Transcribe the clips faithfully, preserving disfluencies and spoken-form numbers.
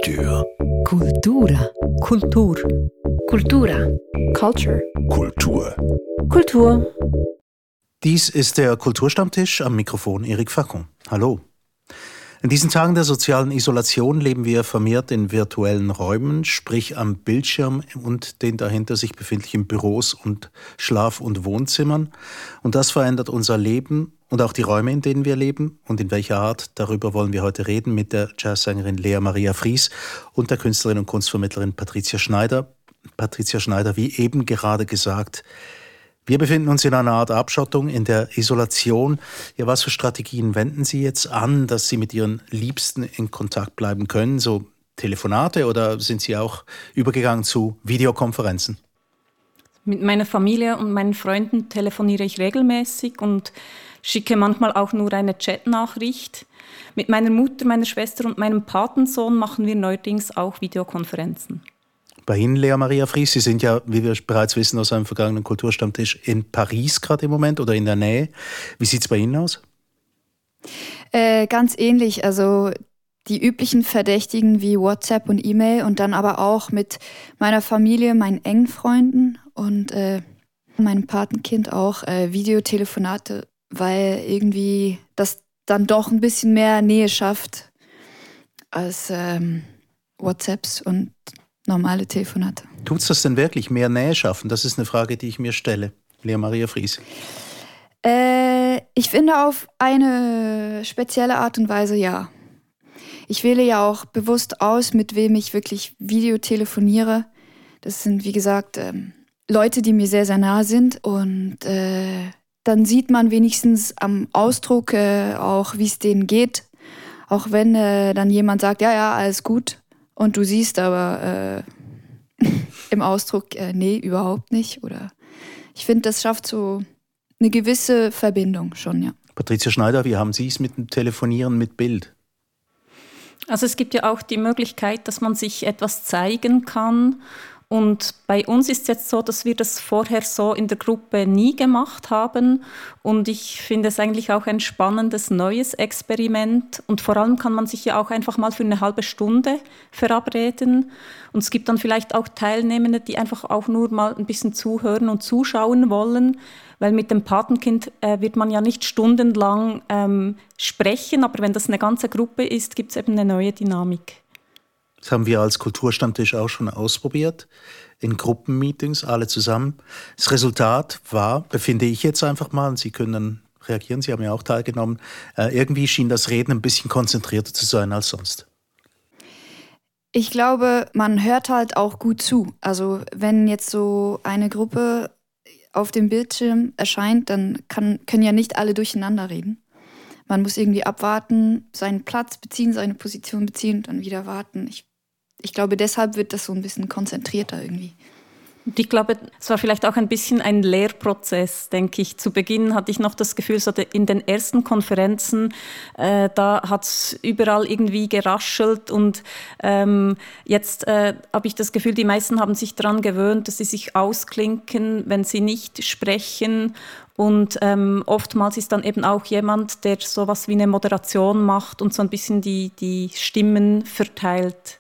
Kultur. Kultura. Kultur. Kultura. Culture. Kultur. Kultur. Dies ist der Kulturstammtisch, am Mikrofon Erik Fackung. Hallo. In diesen Tagen der sozialen Isolation leben wir vermehrt in virtuellen Räumen, sprich am Bildschirm und den dahinter sich befindlichen Büros und Schlaf- und Wohnzimmern. Und das verändert unser Leben und auch die Räume, in denen wir leben. Und in welcher Art, darüber wollen wir heute reden mit der Jazzsängerin Lea Maria Fries und der Künstlerin und Kunstvermittlerin Patricia Schneider. Patricia Schneider, wie eben gerade gesagt, wir befinden uns in einer Art Abschottung, in der Isolation. Ja, was für Strategien wenden Sie jetzt an, dass Sie mit Ihren Liebsten in Kontakt bleiben können? So Telefonate oder sind Sie auch übergegangen zu Videokonferenzen? Mit meiner Familie und meinen Freunden telefoniere ich regelmäßig und schicke manchmal auch nur eine Chatnachricht. Mit meiner Mutter, meiner Schwester und meinem Patensohn machen wir neuerdings auch Videokonferenzen. Bei Ihnen, Lea Maria Fries, Sie sind ja, wie wir bereits wissen aus einem vergangenen Kulturstammtisch, in Paris gerade im Moment oder in der Nähe. Wie sieht es bei Ihnen aus? Äh, ganz ähnlich, also die üblichen Verdächtigen wie WhatsApp und E-Mail und dann aber auch mit meiner Familie, meinen engen Freunden und äh, meinem Patenkind auch äh, Videotelefonate, weil irgendwie das dann doch ein bisschen mehr Nähe schafft als ähm, WhatsApps und normale Telefonate. Tut es das denn wirklich, mehr Nähe schaffen? Das ist eine Frage, die ich mir stelle. Lea Maria Fries. Äh, ich finde auf eine spezielle Art und Weise ja. Ich wähle ja auch bewusst aus, mit wem ich wirklich videotelefoniere. Das sind, wie gesagt, ähm, Leute, die mir sehr, sehr nahe sind. Und äh, dann sieht man wenigstens am Ausdruck äh, auch, wie es denen geht. Auch wenn äh, dann jemand sagt, ja, ja, alles gut. Und du siehst aber äh, im Ausdruck, äh, nee, überhaupt nicht. Oder ich finde, das schafft so eine gewisse Verbindung schon, ja. Patricia Schneider, wie haben Sie es mit dem Telefonieren mit Bild? Also es gibt ja auch die Möglichkeit, dass man sich etwas zeigen kann. Und bei uns ist es jetzt so, dass wir das vorher so in der Gruppe nie gemacht haben. Und ich finde es eigentlich auch ein spannendes neues Experiment. Und vor allem kann man sich ja auch einfach mal für eine halbe Stunde verabreden. Und es gibt dann vielleicht auch Teilnehmende, die einfach auch nur mal ein bisschen zuhören und zuschauen wollen. Weil mit dem Patenkind äh, wird man ja nicht stundenlang ähm, sprechen. Aber wenn das eine ganze Gruppe ist, gibt es eben eine neue Dynamik. Das haben wir als Kulturstammtisch auch schon ausprobiert, in Gruppenmeetings, alle zusammen. Das Resultat war, befinde ich jetzt einfach mal, und Sie können dann reagieren, Sie haben ja auch teilgenommen, äh, irgendwie schien das Reden ein bisschen konzentrierter zu sein als sonst. Ich glaube, man hört halt auch gut zu. Also wenn jetzt so eine Gruppe auf dem Bildschirm erscheint, dann kann, können ja nicht alle durcheinander reden. Man muss irgendwie abwarten, seinen Platz beziehen, seine Position beziehen und dann wieder warten. Ich, ich glaube, deshalb wird das so ein bisschen konzentrierter irgendwie. Ich glaube, es war vielleicht auch ein bisschen ein Lehrprozess, denke ich. Zu Beginn hatte ich noch das Gefühl, so in den ersten Konferenzen, äh, da hat es überall irgendwie geraschelt und ähm, jetzt äh, habe ich das Gefühl, die meisten haben sich daran gewöhnt, dass sie sich ausklinken, wenn sie nicht sprechen. Und ähm, oftmals ist dann eben auch jemand, der sowas wie eine Moderation macht und so ein bisschen die, die Stimmen verteilt.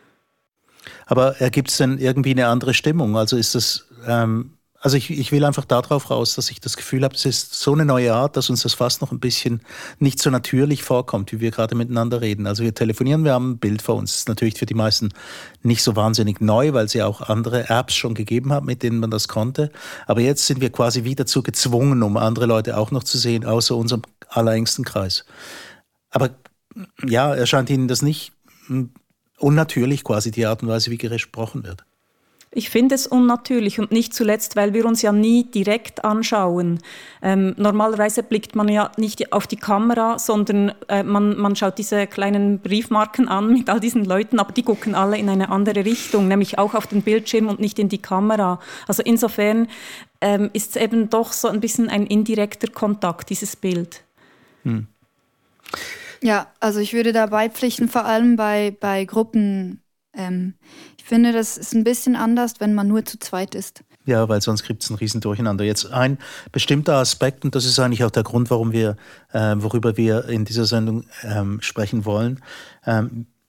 Aber ergibt es denn irgendwie eine andere Stimmung? Also ist das, ähm, also ich, ich will einfach darauf raus, dass ich das Gefühl habe, es ist so eine neue Art, dass uns das fast noch ein bisschen nicht so natürlich vorkommt, wie wir gerade miteinander reden. Also wir telefonieren, wir haben ein Bild vor uns. Das ist natürlich für die meisten nicht so wahnsinnig neu, weil es ja auch andere Apps schon gegeben hat, mit denen man das konnte. Aber jetzt sind wir quasi wieder dazu gezwungen, um andere Leute auch noch zu sehen, außer unserem allerengsten Kreis. Aber ja, erscheint Ihnen das nicht unnatürlich, quasi die Art und Weise, wie gesprochen wird? Ich finde es unnatürlich und nicht zuletzt, weil wir uns ja nie direkt anschauen. Ähm, normalerweise blickt man ja nicht auf die Kamera, sondern äh, man, man schaut diese kleinen Briefmarken an mit all diesen Leuten, aber die gucken alle in eine andere Richtung, nämlich auch auf den Bildschirm und nicht in die Kamera. Also insofern ähm, ist es eben doch so ein bisschen ein indirekter Kontakt, dieses Bild. Hm. Ja, also ich würde da beipflichten, vor allem bei, bei Gruppen. Ähm, ich finde, das ist ein bisschen anders, wenn man nur zu zweit ist. Ja, weil sonst gibt es ein Riesendurcheinander. Jetzt ein bestimmter Aspekt, und das ist eigentlich auch der Grund, warum wir, äh, worüber wir in dieser Sendung ähm, sprechen wollen. Ähm,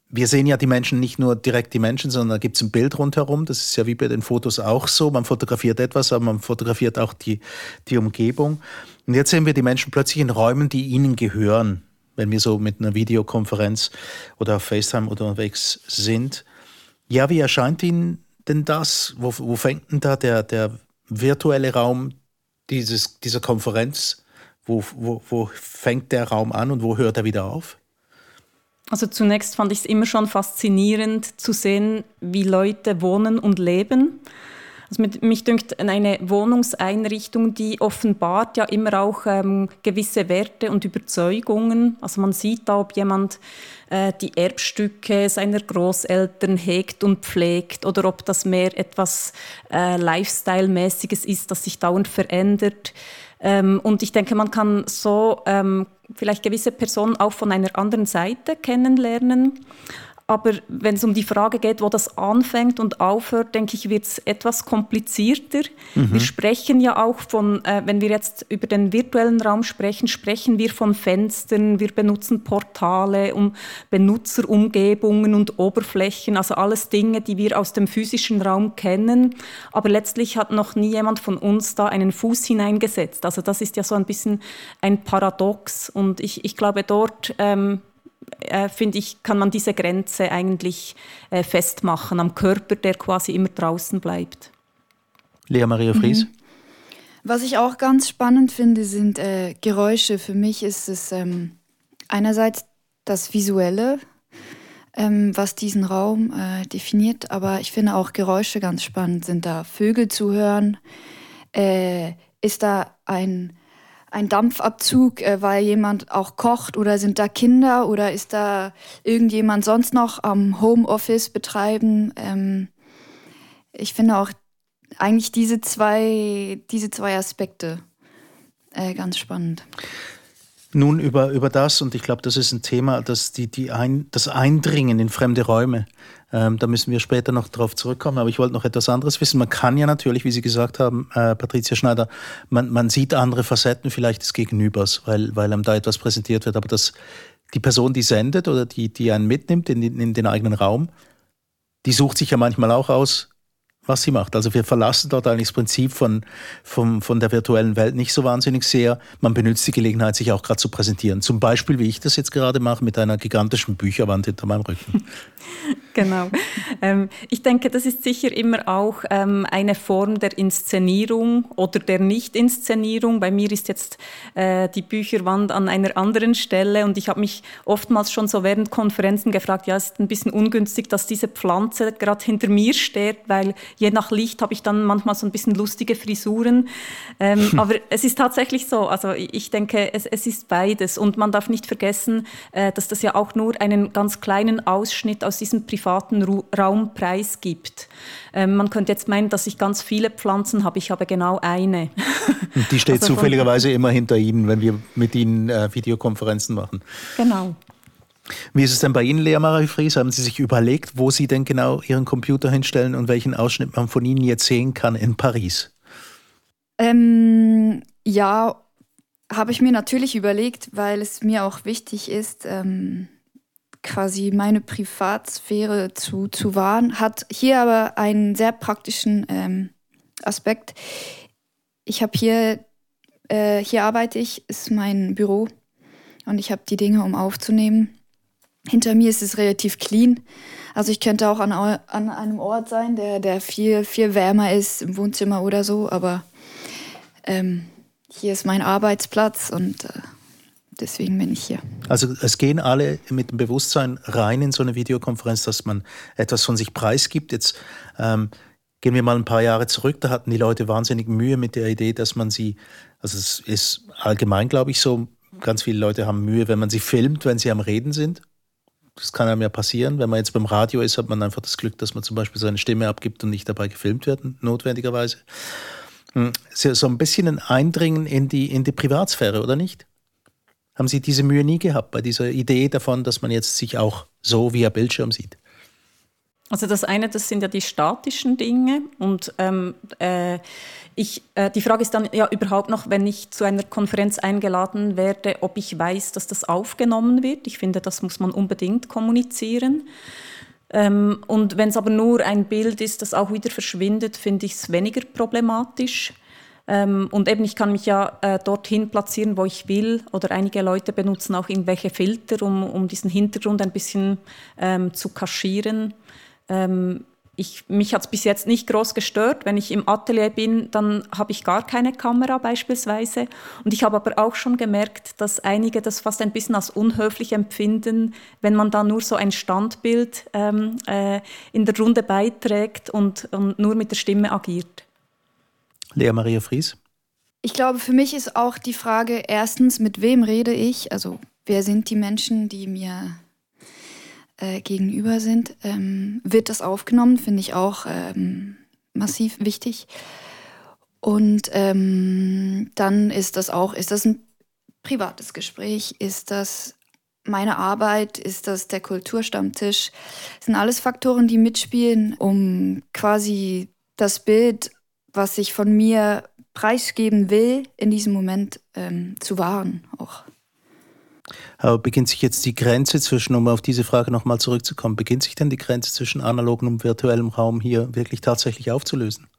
wir sehen ja die Menschen, nicht nur direkt die Menschen, sondern da gibt es ein Bild rundherum. Das ist ja wie bei den Fotos auch so. Man fotografiert etwas, aber man fotografiert auch die, die Umgebung. Und jetzt sehen wir die Menschen plötzlich in Räumen, die ihnen gehören, wenn wir so mit einer Videokonferenz oder auf FaceTime unterwegs sind. Ja, wie erscheint Ihnen denn das? Wo, wo fängt denn da der, der virtuelle Raum dieses, dieser Konferenz? Wo, wo, wo fängt der Raum an und wo hört er wieder auf? Also zunächst fand ich es immer schon faszinierend zu sehen, wie Leute wohnen und leben. Also mit, mich dünkt, eine Wohnungseinrichtung, die offenbart ja immer auch ähm, gewisse Werte und Überzeugungen. Also man sieht da, ob jemand äh, die Erbstücke seiner Großeltern hegt und pflegt oder ob das mehr etwas äh, Lifestyle-mäßiges ist, das sich dauernd verändert. Ähm, und ich denke, man kann so ähm, vielleicht gewisse Personen auch von einer anderen Seite kennenlernen. Aber wenn es um die Frage geht, wo das anfängt und aufhört, denke ich, wird es etwas komplizierter. Mhm. Wir sprechen ja auch von, äh, wenn wir jetzt über den virtuellen Raum sprechen, sprechen wir von Fenstern, wir benutzen Portale, um Benutzerumgebungen und Oberflächen, also alles Dinge, die wir aus dem physischen Raum kennen. Aber letztlich hat noch nie jemand von uns da einen Fuß hineingesetzt. Also das ist ja so ein bisschen ein Paradox. Und ich, ich glaube, dort Ähm, Äh, finde ich, kann man diese Grenze eigentlich äh, festmachen am Körper, der quasi immer draußen bleibt. Lea Maria Fries? Mhm. Was ich auch ganz spannend finde, sind äh, Geräusche. Für mich ist es ähm, einerseits das Visuelle, ähm, was diesen Raum äh, definiert, aber ich finde auch Geräusche ganz spannend. Sind da Vögel zu hören? Äh, ist da ein Ein Dampfabzug, äh, weil jemand auch kocht, oder sind da Kinder oder ist da irgendjemand sonst noch am Homeoffice betreiben? Ähm, ich finde auch eigentlich diese zwei, diese zwei Aspekte äh, ganz spannend. Nun über, über das, und ich glaube, das ist ein Thema, das, die, die ein, das Eindringen in fremde Räume, ähm, da müssen wir später noch drauf zurückkommen, aber ich wollte noch etwas anderes wissen. Man kann ja natürlich, wie Sie gesagt haben, äh, Patricia Schneider, man, man sieht andere Facetten vielleicht des Gegenübers, weil, weil einem da etwas präsentiert wird, aber das, die Person, die sendet oder die, die einen mitnimmt in, in den eigenen Raum, die sucht sich ja manchmal auch aus, was sie macht. Also wir verlassen dort eigentlich das Prinzip von, von, von der virtuellen Welt nicht so wahnsinnig sehr. Man benutzt die Gelegenheit, sich auch gerade zu präsentieren. Zum Beispiel, wie ich das jetzt gerade mache, mit einer gigantischen Bücherwand hinter meinem Rücken. Genau. Ähm, ich denke, das ist sicher immer auch ähm, eine Form der Inszenierung oder der Nicht-Inszenierung. Bei mir ist jetzt äh, die Bücherwand an einer anderen Stelle und ich habe mich oftmals schon so während Konferenzen gefragt, ja, es ist ein bisschen ungünstig, dass diese Pflanze gerade hinter mir steht, weil je nach Licht habe ich dann manchmal so ein bisschen lustige Frisuren. Ähm, aber es ist tatsächlich so, also ich denke, es, es ist beides und man darf nicht vergessen, äh, dass das ja auch nur einen ganz kleinen Ausschnitt aus diesem privaten Ru- Raum preisgibt. Ähm, man könnte jetzt meinen, dass ich ganz viele Pflanzen habe, ich habe genau eine. Und die steht also zufälligerweise immer hinter Ihnen, wenn wir mit Ihnen äh, Videokonferenzen machen. Genau. Wie ist es denn bei Ihnen, Lea Maria Fries? Haben Sie sich überlegt, wo Sie denn genau Ihren Computer hinstellen und welchen Ausschnitt man von Ihnen jetzt sehen kann in Paris? Ähm, ja, habe ich mir natürlich überlegt, weil es mir auch wichtig ist, ähm, quasi meine Privatsphäre zu, zu wahren. Hat hier aber einen sehr praktischen ähm, Aspekt. Ich habe hier, äh, hier arbeite ich, ist mein Büro und ich habe die Dinge, um aufzunehmen. Hinter mir ist es relativ clean. Also ich könnte auch an, an einem Ort sein, der, der viel, viel wärmer ist, im Wohnzimmer oder so. Aber ähm, hier ist mein Arbeitsplatz und äh, deswegen bin ich hier. Also es gehen alle mit dem Bewusstsein rein in so eine Videokonferenz, dass man etwas von sich preisgibt. Jetzt ähm, gehen wir mal ein paar Jahre zurück. Da hatten die Leute wahnsinnig Mühe mit der Idee, dass man sie, also es ist allgemein, glaube ich, so, ganz viele Leute haben Mühe, wenn man sie filmt, wenn sie am Reden sind. Das kann einem ja passieren. Wenn man jetzt beim Radio ist, hat man einfach das Glück, dass man zum Beispiel seine Stimme abgibt und nicht dabei gefilmt wird, notwendigerweise. So ein bisschen ein Eindringen in die, in die Privatsphäre, oder nicht? Haben Sie diese Mühe nie gehabt bei dieser Idee davon, dass man jetzt sich auch so via Bildschirm sieht? Also das eine, das sind ja die statischen Dinge und ähm, äh, ich, äh, die Frage ist dann ja überhaupt noch, wenn ich zu einer Konferenz eingeladen werde, ob ich weiß, dass das aufgenommen wird. Ich finde, das muss man unbedingt kommunizieren. Ähm, und wenn es aber nur ein Bild ist, das auch wieder verschwindet, finde ich es weniger problematisch. Ähm, und eben, ich kann mich ja äh, dorthin platzieren, wo ich will. Oder einige Leute benutzen auch irgendwelche Filter, um, um diesen Hintergrund ein bisschen ähm, zu kaschieren. Ähm, ich, mich hat es bis jetzt nicht groß gestört. Wenn ich im Atelier bin, dann habe ich gar keine Kamera beispielsweise. Und ich habe aber auch schon gemerkt, dass einige das fast ein bisschen als unhöflich empfinden, wenn man da nur so ein Standbild ähm, äh, in der Runde beiträgt und, und nur mit der Stimme agiert. Lea Maria Fries? Ich glaube, für mich ist auch die Frage, erstens, mit wem rede ich? Also, wer sind die Menschen, die mir äh, gegenüber sind? Ähm, wird das aufgenommen? Finde ich auch ähm, massiv wichtig. Und ähm, dann ist das auch, ist das ein privates Gespräch? Ist das meine Arbeit? Ist das der Kulturstammtisch? Das sind alles Faktoren, die mitspielen, um quasi das Bild, was ich von mir preisgeben will, in diesem Moment ähm, zu wahren auch. Aber beginnt sich jetzt die Grenze zwischen, um auf diese Frage nochmal zurückzukommen, beginnt sich denn die Grenze zwischen analogem und virtuellem Raum hier wirklich tatsächlich aufzulösen?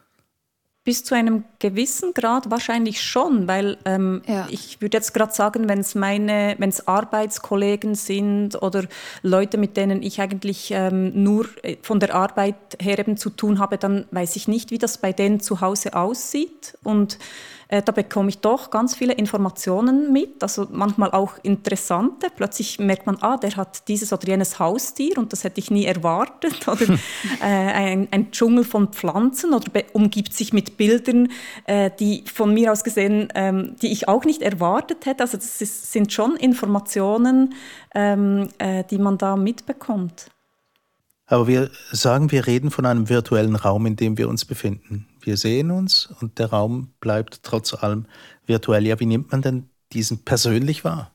Bis zu einem gewissen Grad wahrscheinlich schon, weil ähm, ja. ich würde jetzt gerade sagen, wenn es meine, wenn es Arbeitskollegen sind oder Leute, mit denen ich eigentlich ähm, nur von der Arbeit her eben zu tun habe, dann weiß ich nicht, wie das bei denen zu Hause aussieht. Und äh, da bekomme ich doch ganz viele Informationen mit, also manchmal auch interessante. Plötzlich merkt man, ah, der hat dieses oder jenes Haustier und das hätte ich nie erwartet. Oder äh, ein, ein Dschungel von Pflanzen oder be- umgibt sich mit Bildern, äh, die von mir aus gesehen, ähm, die ich auch nicht erwartet hätte. Also das ist, sind schon Informationen, ähm, äh, die man da mitbekommt. Aber wir sagen, wir reden von einem virtuellen Raum, in dem wir uns befinden. Wir sehen uns und der Raum bleibt trotz allem virtuell. Ja, wie nimmt man denn diesen persönlich wahr?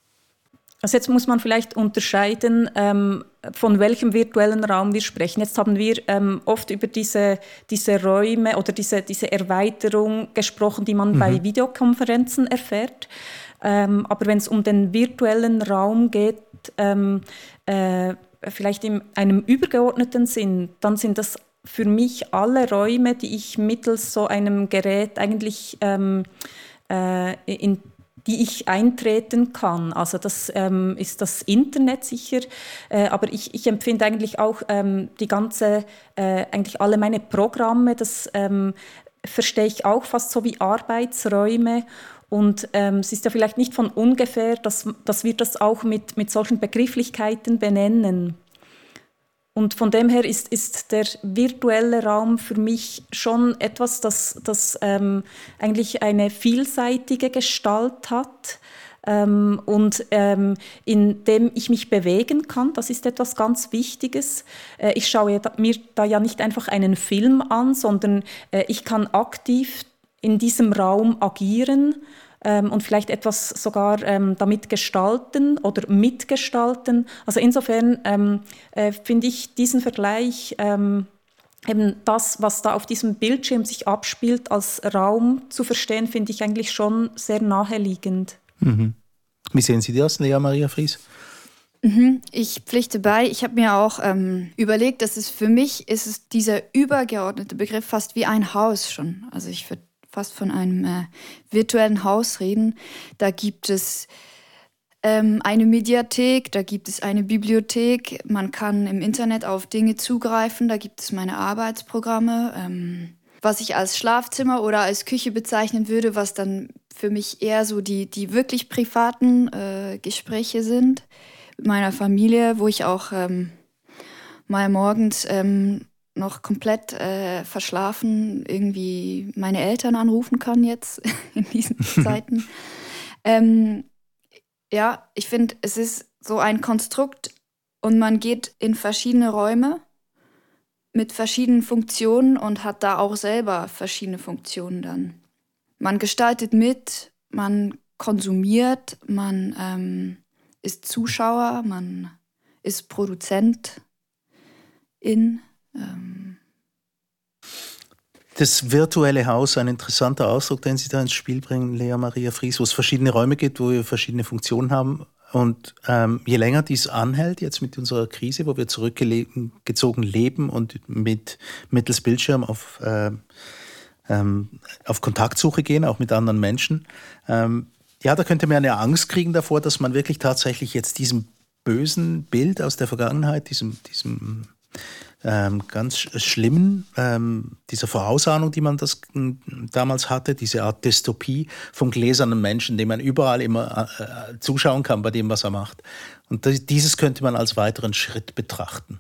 Also jetzt muss man vielleicht unterscheiden, ähm, von welchem virtuellen Raum wir sprechen. Jetzt haben wir ähm, oft über diese, diese Räume oder diese, diese Erweiterung gesprochen, die man mhm. bei Videokonferenzen erfährt. Ähm, aber wenn es um den virtuellen Raum geht, ähm, äh, vielleicht in einem übergeordneten Sinn, dann sind das für mich alle Räume, die ich mittels so einem Gerät eigentlich ähm, äh, in die ich eintreten kann. Also das ähm, ist das Internet sicher, äh, aber ich, ich empfinde eigentlich auch ähm, die ganze, äh, eigentlich alle meine Programme, das ähm, verstehe ich auch fast so wie Arbeitsräume. Und ähm, es ist ja vielleicht nicht von ungefähr, dass, dass wir das auch mit, mit solchen Begrifflichkeiten benennen. Und von dem her ist, ist der virtuelle Raum für mich schon etwas, das, das ähm, eigentlich eine vielseitige Gestalt hat ähm, und ähm, in dem ich mich bewegen kann. Das ist etwas ganz Wichtiges. Äh, ich schaue da, mir da ja nicht einfach einen Film an, sondern äh, ich kann aktiv in diesem Raum agieren und vielleicht etwas sogar ähm, damit gestalten oder mitgestalten. Also insofern ähm, äh, finde ich diesen Vergleich, ähm, eben das, was da auf diesem Bildschirm sich abspielt, als Raum zu verstehen, finde ich eigentlich schon sehr naheliegend. Mhm. Wie sehen Sie das, Lea Maria Fries? Mhm, ich pflichte bei. Ich habe mir auch ähm, überlegt, dass es für mich ist es dieser übergeordnete Begriff fast wie ein Haus schon. Also ich würde fast von einem äh, virtuellen Haus reden. Da gibt es ähm, eine Mediathek, da gibt es eine Bibliothek. Man kann im Internet auf Dinge zugreifen. Da gibt es meine Arbeitsprogramme, ähm, was ich als Schlafzimmer oder als Küche bezeichnen würde, was dann für mich eher so die, die wirklich privaten äh, Gespräche sind mit meiner Familie, wo ich auch ähm, mal morgens ähm, noch komplett äh, verschlafen irgendwie meine Eltern anrufen kann jetzt in diesen Zeiten. Ähm, ja, ich finde, es ist so ein Konstrukt und man geht in verschiedene Räume mit verschiedenen Funktionen und hat da auch selber verschiedene Funktionen dann. Man gestaltet mit, man konsumiert, man ähm, ist Zuschauer, man ist Produzent. in. Ähm Das virtuelle Haus, ein interessanter Ausdruck, den Sie da ins Spiel bringen, Lea Maria Fries, wo es verschiedene Räume gibt, wo wir verschiedene Funktionen haben. Und ähm, je länger dies anhält, jetzt mit unserer Krise, wo wir zurückgezogen leben und mit mittels Bildschirm auf, äh, ähm, auf Kontaktsuche gehen, auch mit anderen Menschen, ähm, ja, da könnte man eine Angst kriegen davor, dass man wirklich tatsächlich jetzt diesem bösen Bild aus der Vergangenheit, diesem, diesem ähm, ganz schlimmen, ähm, dieser Vorausahnung, die man das äh, damals hatte, diese Art Dystopie vom gläsernen Menschen, dem man überall immer äh, zuschauen kann bei dem, was er macht. Und das, dieses könnte man als weiteren Schritt betrachten.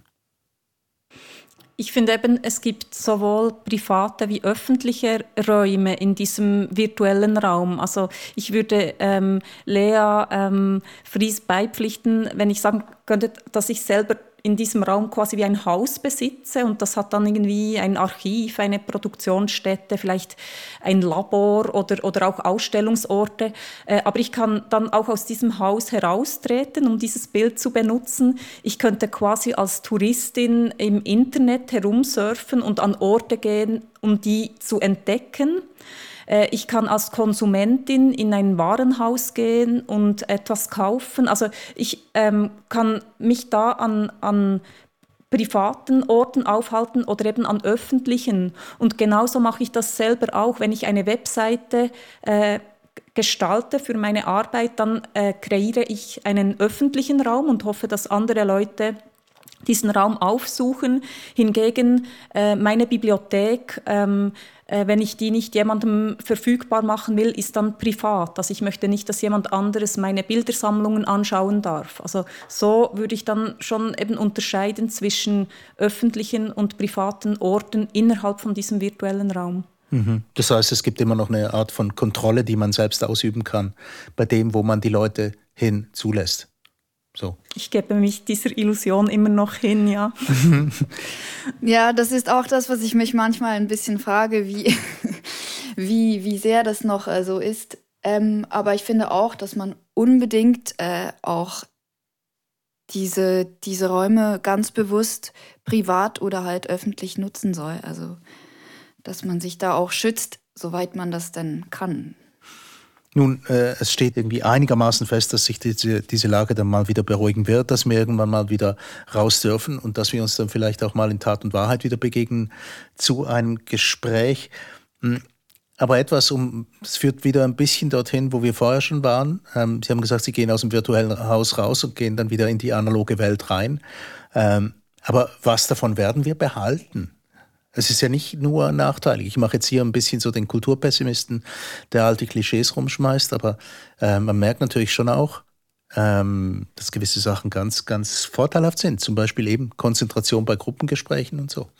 Ich finde eben, es gibt sowohl private wie öffentliche Räume in diesem virtuellen Raum. Also ich würde ähm, Lea ähm, Fries beipflichten, wenn ich sagen könnte, dass ich selber in diesem Raum quasi wie ein Haus besitze und das hat dann irgendwie ein Archiv, eine Produktionsstätte, vielleicht ein Labor oder, oder auch Ausstellungsorte. Äh, aber ich kann dann auch aus diesem Haus heraustreten, um dieses Bild zu benutzen. Ich könnte quasi als Touristin im Internet herumsurfen und an Orte gehen, um die zu entdecken. Ich kann als Konsumentin in ein Warenhaus gehen und etwas kaufen. Also ich ähm, kann mich da an, an privaten Orten aufhalten oder eben an öffentlichen. Und genauso mache ich das selber auch, wenn ich eine Webseite äh, gestalte für meine Arbeit, dann äh, kreiere ich einen öffentlichen Raum und hoffe, dass andere Leute diesen Raum aufsuchen. Hingegen äh, meine Bibliothek, ähm, äh, wenn ich die nicht jemandem verfügbar machen will, ist dann privat. Also ich möchte nicht, dass jemand anderes meine Bildersammlungen anschauen darf. Also so würde ich dann schon eben unterscheiden zwischen öffentlichen und privaten Orten innerhalb von diesem virtuellen Raum. Mhm. Das heißt, es gibt immer noch eine Art von Kontrolle, die man selbst ausüben kann, bei dem, wo man die Leute hin zulässt. So. Ich gebe mich dieser Illusion immer noch hin, ja. Ja, das ist auch das, was ich mich manchmal ein bisschen frage, wie, wie, wie sehr das noch äh, so ist. Ähm, aber ich finde auch, dass man unbedingt äh, auch diese, diese Räume ganz bewusst privat oder halt öffentlich nutzen soll. Also, dass man sich da auch schützt, soweit man das denn kann. Nun, äh, es steht irgendwie einigermaßen fest, dass sich diese, diese Lage dann mal wieder beruhigen wird, dass wir irgendwann mal wieder raus dürfen und dass wir uns dann vielleicht auch mal in Tat und Wahrheit wieder begegnen zu einem Gespräch. Aber etwas, um, das führt wieder ein bisschen dorthin, wo wir vorher schon waren. Ähm, Sie haben gesagt, Sie gehen aus dem virtuellen Haus raus und gehen dann wieder in die analoge Welt rein. Ähm, aber was davon werden wir behalten? Es ist ja nicht nur nachteilig. Ich mache jetzt hier ein bisschen so den Kulturpessimisten, der alte Klischees rumschmeißt, aber äh, man merkt natürlich schon auch, ähm, dass gewisse Sachen ganz, ganz vorteilhaft sind. Zum Beispiel eben Konzentration bei Gruppengesprächen und so.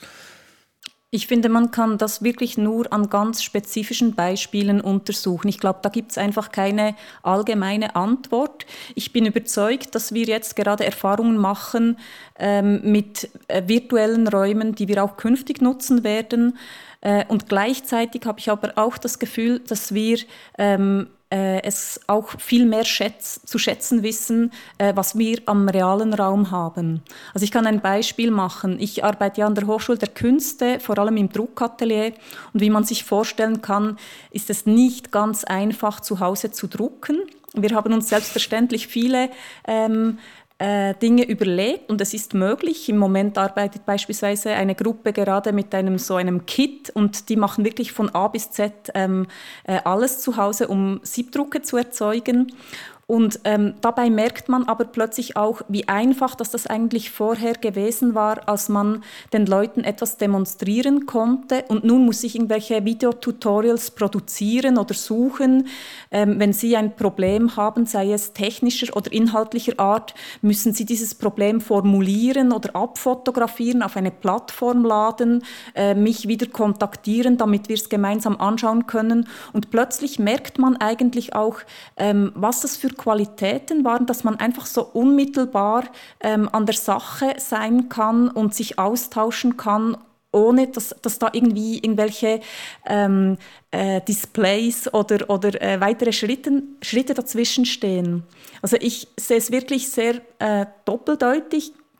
Ich finde, man kann das wirklich nur an ganz spezifischen Beispielen untersuchen. Ich glaube, da gibt es einfach keine allgemeine Antwort. Ich bin überzeugt, dass wir jetzt gerade Erfahrungen machen ähm, mit äh, virtuellen Räumen, die wir auch künftig nutzen werden. Äh, und gleichzeitig habe ich aber auch das Gefühl, dass wir ähm, äh, es auch viel mehr schätz, zu schätzen wissen, äh, was wir am realen Raum haben. Also ich kann ein Beispiel machen. Ich arbeite ja an der Hochschule der Künste, vor allem im Druckatelier. Und wie man sich vorstellen kann, ist es nicht ganz einfach, zu Hause zu drucken. Wir haben uns selbstverständlich viele ähm, Äh, Dinge überlegt und es ist möglich. Im Moment arbeitet beispielsweise eine Gruppe gerade mit einem so einem Kit und die machen wirklich von A bis Z ähm, äh, alles zu Hause, um Siebdrucke zu erzeugen. Und ähm, dabei merkt man aber plötzlich auch, wie einfach dass das eigentlich vorher gewesen war, als man den Leuten etwas demonstrieren konnte. Und nun muss ich irgendwelche Videotutorials produzieren oder suchen. Ähm, wenn Sie ein Problem haben, sei es technischer oder inhaltlicher Art, müssen Sie dieses Problem formulieren oder abfotografieren, auf eine Plattform laden, äh, mich wieder kontaktieren, damit wir es gemeinsam anschauen können. Und plötzlich merkt man eigentlich auch, ähm, was das für Qualitäten waren, dass man einfach so unmittelbar ähm, an der Sache sein kann und sich austauschen kann, ohne dass, dass da irgendwie irgendwelche ähm, äh, Displays oder, oder äh, weitere Schritte, Schritte dazwischen stehen. Also ich sehe es wirklich sehr äh, doppeldeutig.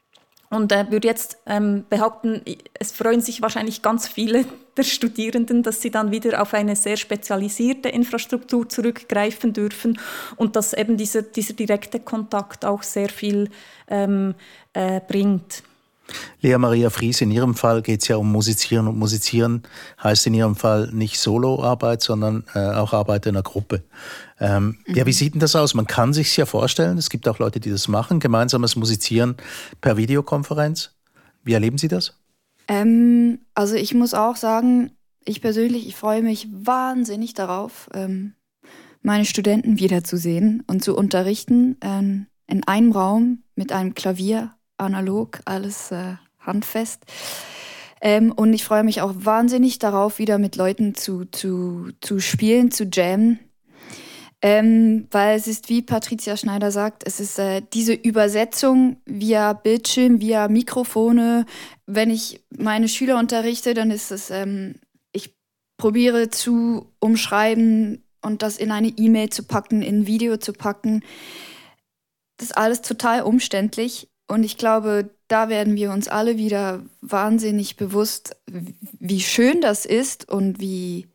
Und äh, würde jetzt ähm, behaupten, es freuen sich wahrscheinlich ganz viele der Studierenden, dass sie dann wieder auf eine sehr spezialisierte Infrastruktur zurückgreifen dürfen und dass eben dieser, dieser direkte Kontakt auch sehr viel ähm, äh, bringt. Lea Maria Fries, in Ihrem Fall geht es ja um Musizieren und Musizieren heißt in Ihrem Fall nicht Soloarbeit, sondern äh, auch Arbeit in einer Gruppe. Ähm, mhm. Ja, wie sieht denn das aus? Man kann sich ja vorstellen, es gibt auch Leute, die das machen, gemeinsames Musizieren per Videokonferenz. Wie erleben Sie das? Ähm, also ich muss auch sagen, ich persönlich, ich freue mich wahnsinnig darauf, ähm, meine Studenten wiederzusehen und zu unterrichten ähm, in einem Raum mit einem Klavier, analog, alles äh, handfest. Ähm, und ich freue mich auch wahnsinnig darauf, wieder mit Leuten zu, zu, zu spielen, zu jammen. Ähm, weil es ist, wie Patricia Schneider sagt, es ist äh, diese Übersetzung via Bildschirm, via Mikrofone. Wenn ich meine Schüler unterrichte, dann ist es, ähm, ich probiere zu umschreiben und das in eine E-Mail zu packen, in ein Video zu packen. Das ist alles total umständlich. Und ich glaube, da werden wir uns alle wieder wahnsinnig bewusst, wie schön das ist und wie,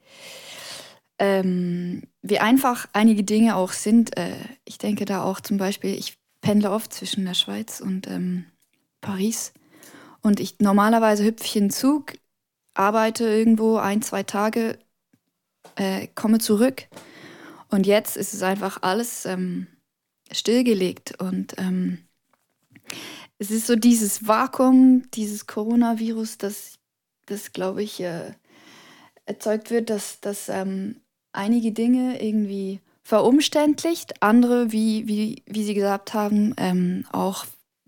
ähm, wie einfach einige Dinge auch sind. Äh, ich denke da auch zum Beispiel, ich pendle oft zwischen der Schweiz und ähm, Paris. Und ich normalerweise hüpfe ich in den Zug, arbeite irgendwo ein, zwei Tage, äh, komme zurück. Und jetzt ist es einfach alles ähm, stillgelegt und ähm, es ist so dieses Vakuum, dieses Coronavirus, das, das glaube ich, äh, erzeugt wird, dass, dass ähm, einige Dinge irgendwie verumständlicht, andere, wie, wie, wie Sie gesagt haben, ähm, auch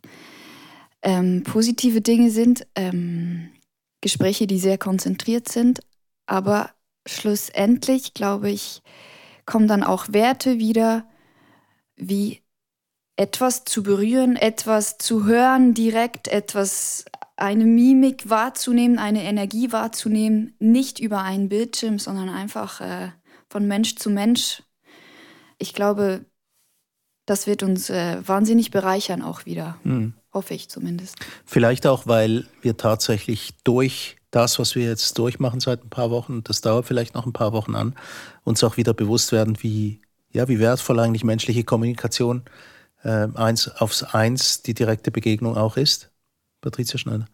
ähm, positive Dinge sind, ähm, Gespräche, die sehr konzentriert sind, aber schlussendlich, glaube ich, kommen dann auch Werte wieder, wie etwas zu berühren, etwas zu hören, direkt etwas, eine Mimik wahrzunehmen, eine Energie wahrzunehmen, nicht über einen Bildschirm, sondern einfach äh, von Mensch zu Mensch. Ich glaube, das wird uns äh, wahnsinnig bereichern auch wieder, hm. hoffe ich zumindest. Vielleicht auch, weil wir tatsächlich durch das, was wir jetzt durchmachen seit ein paar Wochen, das dauert vielleicht noch ein paar Wochen an, uns auch wieder bewusst werden, wie, ja, wie wertvoll eigentlich menschliche Kommunikation Äh, eins aufs Eins die direkte Begegnung auch ist? Patricia Schneider.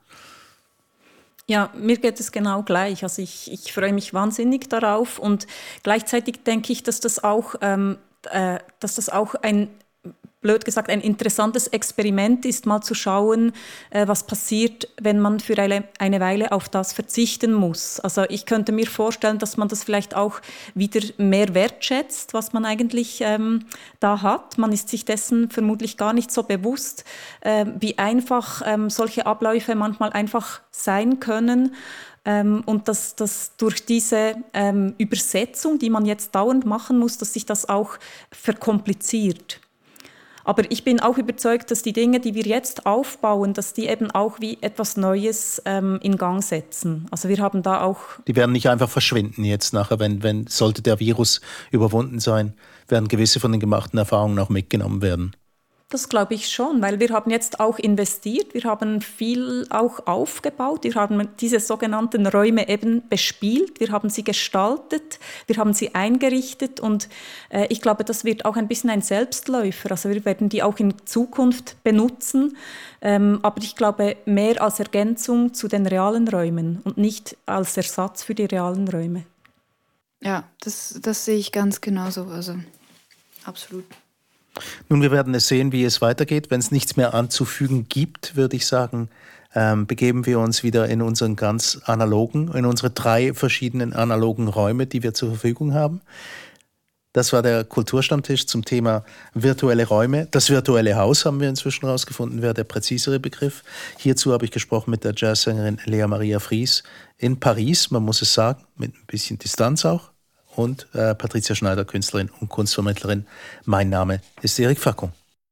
Ja, mir geht es genau gleich. Also ich, ich freue mich wahnsinnig darauf und gleichzeitig denke ich, dass das auch, ähm, äh, dass das auch ein, blöd gesagt, ein interessantes Experiment ist, mal zu schauen, äh, was passiert, wenn man für eine, eine Weile auf das verzichten muss. Also ich könnte mir vorstellen, dass man das vielleicht auch wieder mehr wertschätzt, was man eigentlich ähm, da hat. Man ist sich dessen vermutlich gar nicht so bewusst, äh, wie einfach ähm, solche Abläufe manchmal einfach sein können. Ähm, und dass, dass durch diese ähm, Übersetzung, die man jetzt dauernd machen muss, dass sich das auch verkompliziert. Aber ich bin auch überzeugt, dass die Dinge, die wir jetzt aufbauen, dass die eben auch wie etwas Neues ähm, in Gang setzen. Also wir haben da auch... Die werden nicht einfach verschwinden jetzt nachher, wenn, wenn sollte der Virus überwunden sein, werden gewisse von den gemachten Erfahrungen auch mitgenommen werden. Das glaube ich schon, weil wir haben jetzt auch investiert, wir haben viel auch aufgebaut, wir haben diese sogenannten Räume eben bespielt, wir haben sie gestaltet, wir haben sie eingerichtet und äh, ich glaube, das wird auch ein bisschen ein Selbstläufer, also wir werden die auch in Zukunft benutzen, ähm, aber ich glaube mehr als Ergänzung zu den realen Räumen und nicht als Ersatz für die realen Räume. Ja, das, das sehe ich ganz genauso, also absolut. Nun, wir werden es sehen, wie es weitergeht. Wenn es nichts mehr anzufügen gibt, würde ich sagen, ähm, begeben wir uns wieder in unseren ganz analogen, in unsere drei verschiedenen analogen Räume, die wir zur Verfügung haben. Das war der Kulturstammtisch zum Thema virtuelle Räume. Das virtuelle Haus haben wir inzwischen herausgefunden, wäre der präzisere Begriff. Hierzu habe ich gesprochen mit der Jazzsängerin Lea Maria Fries in Paris, man muss es sagen, mit ein bisschen Distanz auch. Und äh, Patricia Schneider, Künstlerin und Kunstvermittlerin. Mein Name ist Eric Facon.